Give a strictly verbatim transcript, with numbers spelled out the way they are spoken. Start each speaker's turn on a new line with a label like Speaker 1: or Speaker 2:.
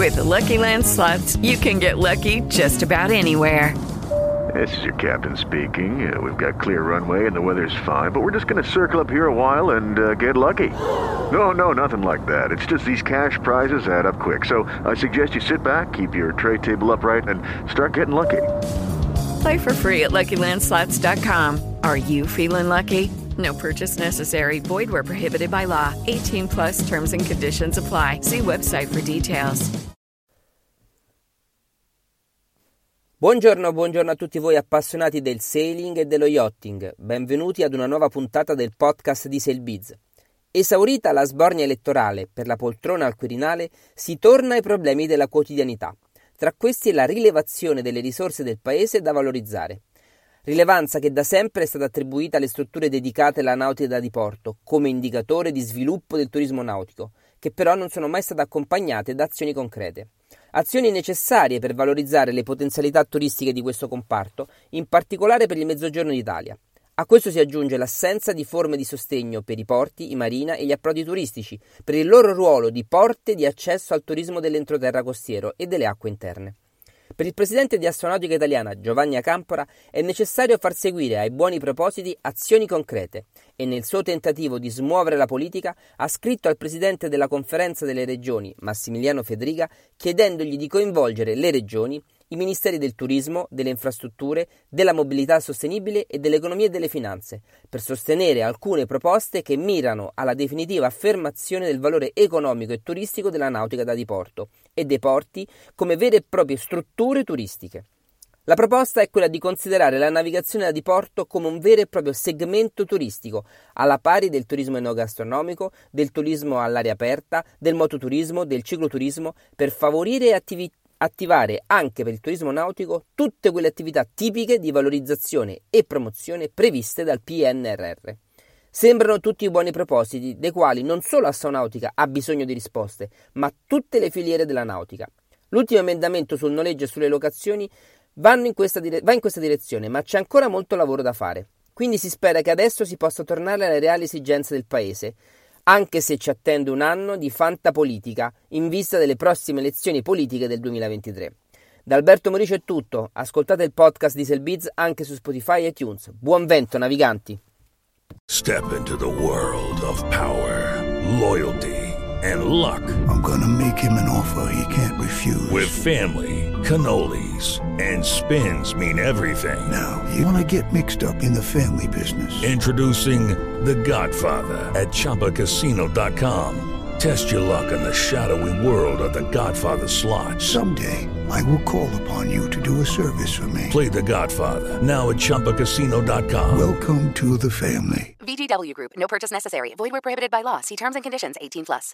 Speaker 1: With the Lucky Land Slots, you can get lucky just about anywhere.
Speaker 2: This is your captain speaking. Uh, we've got clear runway and the weather's fine, but we're just going to circle up here a while and uh, get lucky. No, no, nothing like that. It's just these cash prizes add up quick. So I suggest you sit back, keep your tray table upright, and start getting lucky.
Speaker 1: Play for free at Lucky Land Slots dot com. Are you feeling lucky? No purchase necessary. Void where prohibited by law. eighteen plus terms and conditions apply. See website for details.
Speaker 3: Buongiorno, buongiorno a tutti voi appassionati del sailing e dello yachting. Benvenuti ad una nuova puntata del podcast di SailBiz. Esaurita la sbornia elettorale per la poltrona al Quirinale, si torna ai problemi della quotidianità. Tra questi è la rilevazione delle risorse del paese da valorizzare. Rilevanza che da sempre è stata attribuita alle strutture dedicate alla nautica da diporto, come indicatore di sviluppo del turismo nautico, che però non sono mai state accompagnate da azioni concrete. Azioni necessarie per valorizzare le potenzialità turistiche di questo comparto, in particolare per il Mezzogiorno d'Italia. A questo si aggiunge l'assenza di forme di sostegno per i porti, i marina e gli approdi turistici, per il loro ruolo di porte di accesso al turismo dell'entroterra costiero e delle acque interne. Per il presidente di Astronautica Italiana, Giovanni Acampora, è necessario far seguire ai buoni propositi azioni concrete e nel suo tentativo di smuovere la politica ha scritto al presidente della Conferenza delle Regioni, Massimiliano Fedriga, chiedendogli di coinvolgere le regioni, i ministeri del turismo, delle infrastrutture, della mobilità sostenibile e dell'economia e delle finanze, per sostenere alcune proposte che mirano alla definitiva affermazione del valore economico e turistico della nautica da diporto e dei porti come vere e proprie strutture turistiche. La proposta è quella di considerare la navigazione da diporto come un vero e proprio segmento turistico, alla pari del turismo enogastronomico, del turismo all'aria aperta, del mototurismo, del cicloturismo, per favorire e attività attivare anche per il turismo nautico tutte quelle attività tipiche di valorizzazione e promozione previste dal P N R R. Sembrano tutti buoni propositi, dei quali non solo Astronautica ha bisogno di risposte, ma tutte le filiere della nautica. L'ultimo emendamento sul noleggio e sulle locazioni vanno in questa dire- va in questa direzione, ma c'è ancora molto lavoro da fare. Quindi si spera che adesso si possa tornare alle reali esigenze del Paese, anche se ci attende un anno di fantapolitica in vista delle prossime elezioni politiche del duemilaventitré. Da Alberto Moricio è tutto, ascoltate il podcast di SailBiz anche su Spotify e iTunes. Buon vento, naviganti!
Speaker 4: Step into the world of power, loyalty, and luck.
Speaker 5: I'm gonna make him an offer he can't refuse.
Speaker 4: With family, cannolis, and spins mean everything.
Speaker 5: Now, you wanna get mixed up in the family business.
Speaker 4: Introducing The Godfather at Chumba Casino dot com. Test your luck in the shadowy world of The Godfather slot.
Speaker 5: Someday, I will call upon you to do a service for me.
Speaker 4: Play The Godfather, now at Chumba Casino dot com.
Speaker 5: Welcome to the family.
Speaker 6: V G W Group. No purchase necessary. Void where prohibited by law. See terms and conditions. eighteen plus.